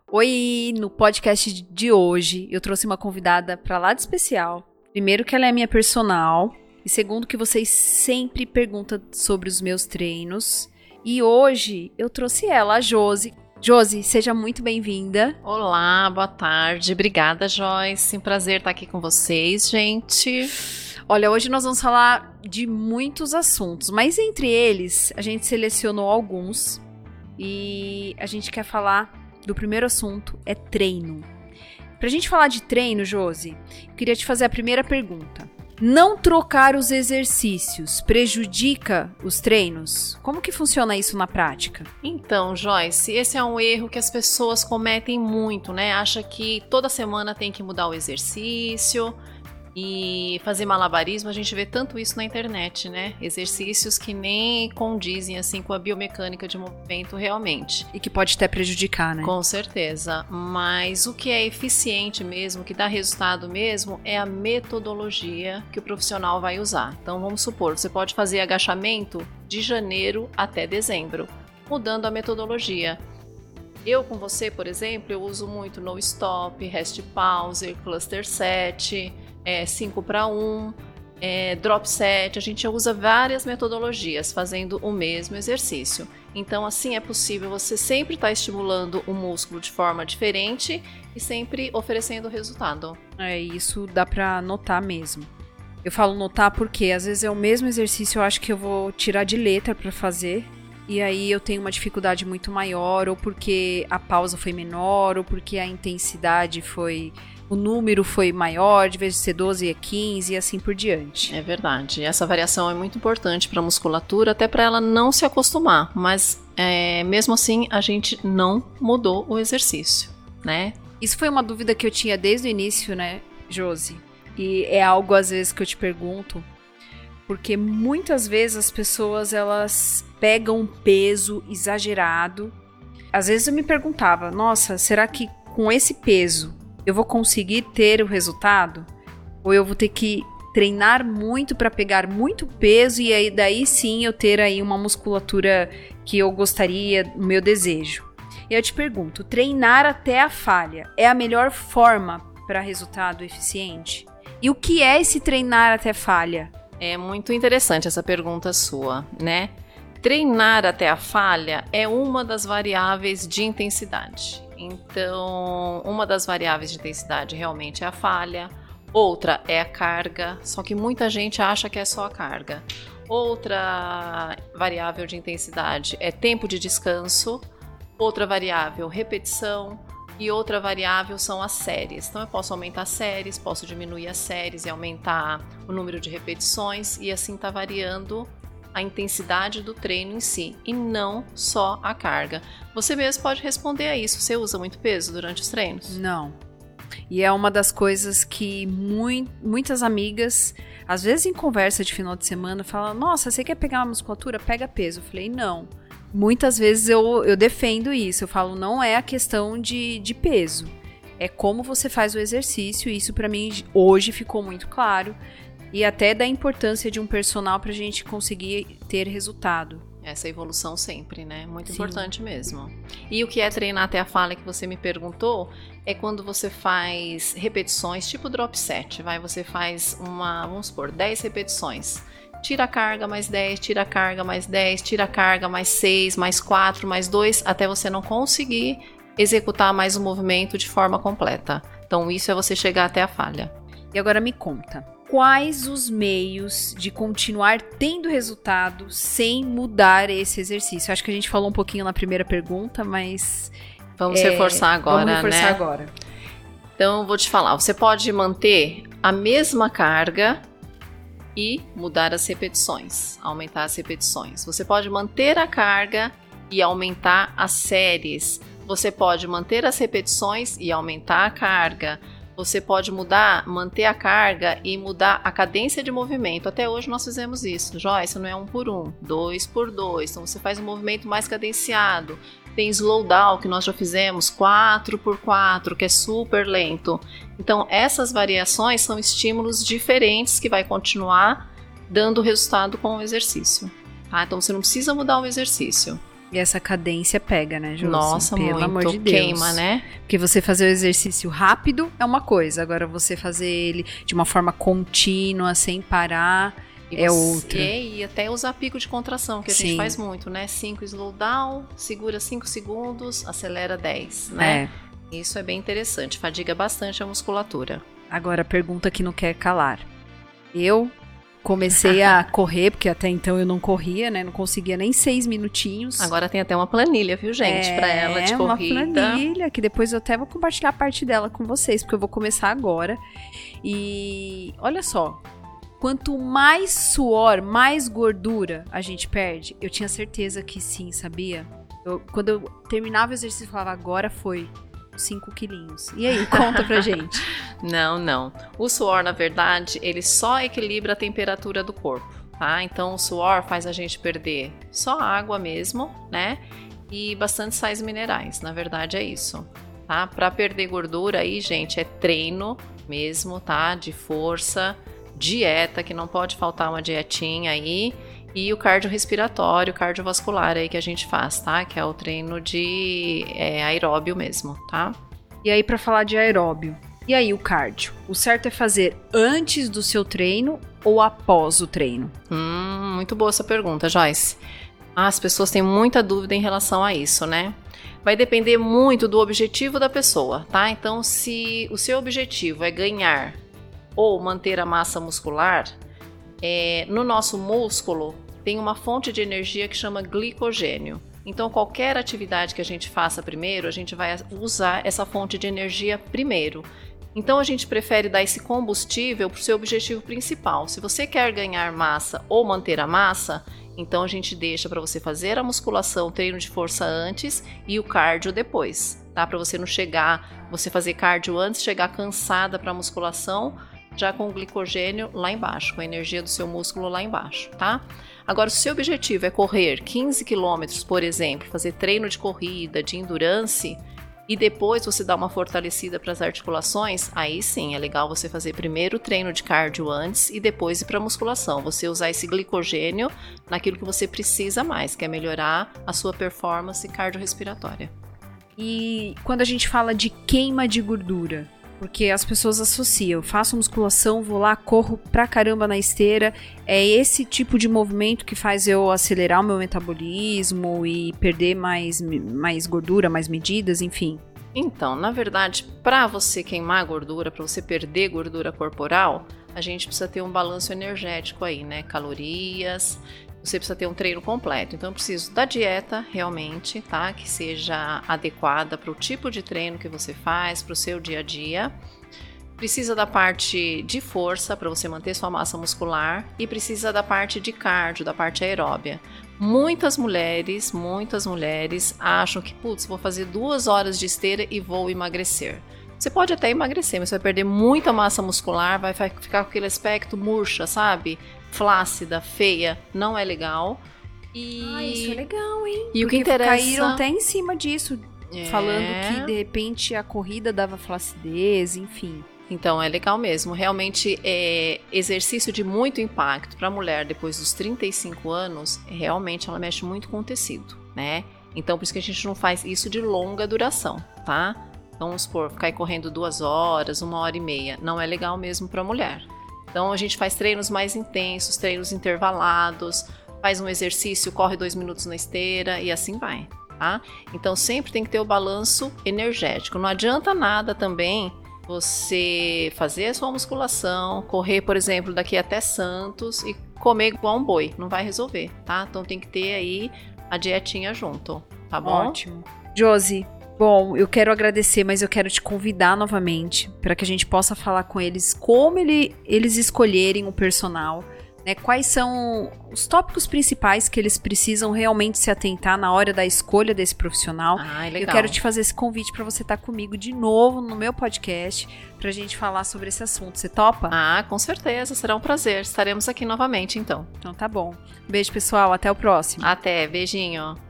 Oi, no podcast de hoje eu trouxe uma convidada pra lá de especial. Primeiro que ela é minha personal e segundo que vocês sempre perguntam sobre os meus treinos. E hoje eu trouxe ela, a Josi. Josi, seja muito bem-vinda. Olá, boa tarde. Obrigada, Joyce. Um prazer estar aqui com vocês, gente. Olha, hoje nós vamos falar de muitos assuntos, mas entre eles a gente selecionou alguns e a gente quer falar do primeiro assunto, é treino. Pra gente falar de treino, Josi, eu queria te fazer a primeira pergunta. Não trocar os exercícios prejudica os treinos? Como que funciona isso na prática? Então, Joyce, esse é um erro que as pessoas cometem muito, né? Acha que toda semana tem que mudar o exercício e fazer malabarismo. A gente vê tanto isso na internet, né? Exercícios que nem condizem assim com a biomecânica de movimento realmente. E que pode até prejudicar, né? Com certeza, mas o que é eficiente mesmo, que dá resultado mesmo, é a metodologia que o profissional vai usar. Então vamos supor, você pode fazer agachamento de janeiro até dezembro, mudando a metodologia. Eu com você, por exemplo, eu uso muito no stop, rest pause, cluster set, 5 para 1, drop set, a gente usa várias metodologias fazendo o mesmo exercício. Então assim é possível você sempre estar estimulando o músculo de forma diferente e sempre oferecendo resultado. Isso dá pra notar mesmo. Eu falo notar porque às vezes é o mesmo exercício, eu acho que eu vou tirar de letra pra fazer e aí eu tenho uma dificuldade muito maior, ou porque a pausa foi menor, ou porque a intensidade foi... O número foi maior, de vez de ser 12 é 15 e assim por diante. É verdade. Essa variação é muito importante para a musculatura, até para ela não se acostumar. Mas mesmo assim, a gente não mudou o exercício, né? Isso foi uma dúvida que eu tinha desde o início, né, Josi? E é algo, às vezes, que eu te pergunto. Porque muitas vezes as pessoas, elas pegam um peso exagerado. Às vezes eu me perguntava, nossa, será que com esse peso eu vou conseguir ter o resultado? Ou eu vou ter que treinar muito para pegar muito peso e aí daí sim eu ter aí uma musculatura que eu gostaria, o meu desejo? E eu te pergunto, treinar até a falha é a melhor forma para resultado eficiente? E o que é esse treinar até falha? É muito interessante essa pergunta sua, né? Treinar até a falha é uma das variáveis de intensidade. Então, uma das variáveis de intensidade realmente é a falha, outra é a carga, só que muita gente acha que é só a carga. Outra variável de intensidade é tempo de descanso, outra variável repetição e outra variável são as séries. Então eu posso aumentar as séries, posso diminuir as séries e aumentar o número de repetições e assim tá variando a intensidade do treino em si, e não só a carga. Você mesmo pode responder a isso. Você usa muito peso durante os treinos? Não. E é uma das coisas que muitas amigas, às vezes em conversa de final de semana, falam, nossa, você quer pegar uma musculatura? Pega peso. Eu falei, não. Muitas vezes eu defendo isso. Eu falo, não é a questão de peso. É como você faz o exercício. E isso pra mim hoje ficou muito claro. E até da importância de um personal pra gente conseguir ter resultado. Essa evolução sempre, né? Muito Sim. Importante mesmo. E o que é treinar até a falha que você me perguntou é quando você faz repetições, tipo drop set, você faz vamos supor, 10 repetições. Tira a carga, mais 10, tira a carga, mais 10, tira a carga, mais 6, mais 4, mais 2, até você não conseguir executar mais o movimento de forma completa. Então isso é você chegar até a falha. E agora me conta, quais os meios de continuar tendo resultado sem mudar esse exercício? Acho que a gente falou um pouquinho na primeira pergunta, mas... Vamos reforçar agora, vamos reforçar, né? agora. Então, vou te falar, você pode manter a mesma carga e mudar as repetições, aumentar as repetições. Você pode manter a carga e aumentar as séries. Você pode manter as repetições e aumentar a carga. Você pode manter a carga e mudar a cadência de movimento. Até hoje nós fizemos isso, Joyce, não é 1 por 1, 2 por 2. Então você faz um movimento mais cadenciado. Tem slowdown que nós já fizemos, 4 por 4, que é super lento. Então essas variações são estímulos diferentes que vai continuar dando resultado com o exercício. Tá? Então você não precisa mudar o exercício. E essa cadência pega, né, Josi? Nossa, pelo muito. Amor de Deus. Queima, né? Porque você fazer o exercício rápido é uma coisa, agora você fazer ele de uma forma contínua, sem parar, é outra. E até usar pico de contração, que a gente Sim. faz muito, né? 5 slow down, segura 5 segundos, acelera 10, né? Isso é bem interessante, fadiga bastante a musculatura. Agora, a pergunta que não quer calar. Eu comecei a correr, porque até então eu não corria, né? Não conseguia nem 6 minutinhos. Agora tem até uma planilha, viu, gente? Pra ela de corrida. Uma planilha, que depois eu até vou compartilhar parte dela com vocês, porque eu vou começar agora. E olha só, quanto mais suor, mais gordura a gente perde. Eu tinha certeza que sim, sabia? Quando eu terminava o exercício, eu falava, agora foi 5 quilinhos. E aí, conta pra gente. Não. O suor, na verdade, ele só equilibra a temperatura do corpo, tá? Então, o suor faz a gente perder só água mesmo, né? E bastante sais minerais, na verdade é isso, tá? Pra perder gordura aí, gente, é treino mesmo, tá? De força, dieta, que não pode faltar uma dietinha aí, e o cardiorrespiratório, cardiovascular aí que a gente faz, tá? Que é o treino de aeróbio mesmo, tá? E aí, pra falar de aeróbio, e aí o cardio? O certo é fazer antes do seu treino ou após o treino? Muito boa essa pergunta, Joyce. As pessoas têm muita dúvida em relação a isso, né? Vai depender muito do objetivo da pessoa, tá? Então, se o seu objetivo é ganhar ou manter a massa muscular, no nosso músculo tem uma fonte de energia que chama glicogênio. Então, qualquer atividade que a gente faça primeiro, a gente vai usar essa fonte de energia primeiro. Então, a gente prefere dar esse combustível para o seu objetivo principal. Se você quer ganhar massa ou manter a massa, então a gente deixa para você fazer a musculação, treino de força antes e o cardio depois, tá? Para você não chegar, você fazer cardio antes, chegar cansada para a musculação, já com o glicogênio lá embaixo, com a energia do seu músculo lá embaixo, tá? Agora, se o seu objetivo é correr 15 km, por exemplo, fazer treino de corrida, de endurance, e depois você dá uma fortalecida para as articulações, aí sim, é legal você fazer primeiro o treino de cardio antes e depois ir para a musculação. Você usar esse glicogênio naquilo que você precisa mais, que é melhorar a sua performance cardiorrespiratória. E quando a gente fala de queima de gordura, porque as pessoas associam, faço musculação, vou lá, corro pra caramba na esteira, é esse tipo de movimento que faz eu acelerar o meu metabolismo e perder mais gordura, mais medidas, enfim. Então, na verdade, para você queimar gordura, para você perder gordura corporal, a gente precisa ter um balanço energético aí, né? Calorias, você precisa ter um treino completo. Então, eu preciso da dieta realmente, tá? Que seja adequada para o tipo de treino que você faz, para o seu dia a dia. Precisa da parte de força para você manter sua massa muscular e precisa da parte de cardio, da parte aeróbia. Muitas mulheres acham que, putz, vou fazer 2 horas de esteira e vou emagrecer. Você pode até emagrecer, mas você vai perder muita massa muscular, vai ficar com aquele aspecto murcha, sabe? Flácida, feia, não é legal. Isso é legal, hein? E o que interessa... caíram até em cima disso, falando que de repente a corrida dava flacidez, enfim. Então é legal mesmo, realmente exercício de muito impacto para a mulher depois dos 35 anos, realmente ela mexe muito com o tecido, né? Então por isso que a gente não faz isso de longa duração, tá? Então, vamos supor, ficar correndo 2 horas, 1h30, não é legal mesmo para a mulher. Então, a gente faz treinos mais intensos, treinos intervalados, faz um exercício, corre 2 minutos na esteira e assim vai, tá? Então, sempre tem que ter o balanço energético. Não adianta nada também você fazer a sua musculação, correr, por exemplo, daqui até Santos e comer igual um boi. Não vai resolver, tá? Então, tem que ter aí a dietinha junto, tá bom? Ótimo. Josi, bom, eu quero agradecer, mas eu quero te convidar novamente para que a gente possa falar com eles como eles escolherem o personal, né? Quais são os tópicos principais que eles precisam realmente se atentar na hora da escolha desse profissional. Legal. Eu quero te fazer esse convite para você estar comigo de novo no meu podcast para a gente falar sobre esse assunto. Você topa? Com certeza, será um prazer. Estaremos aqui novamente, então. Então tá bom. Beijo, pessoal. Até o próximo. Até, beijinho.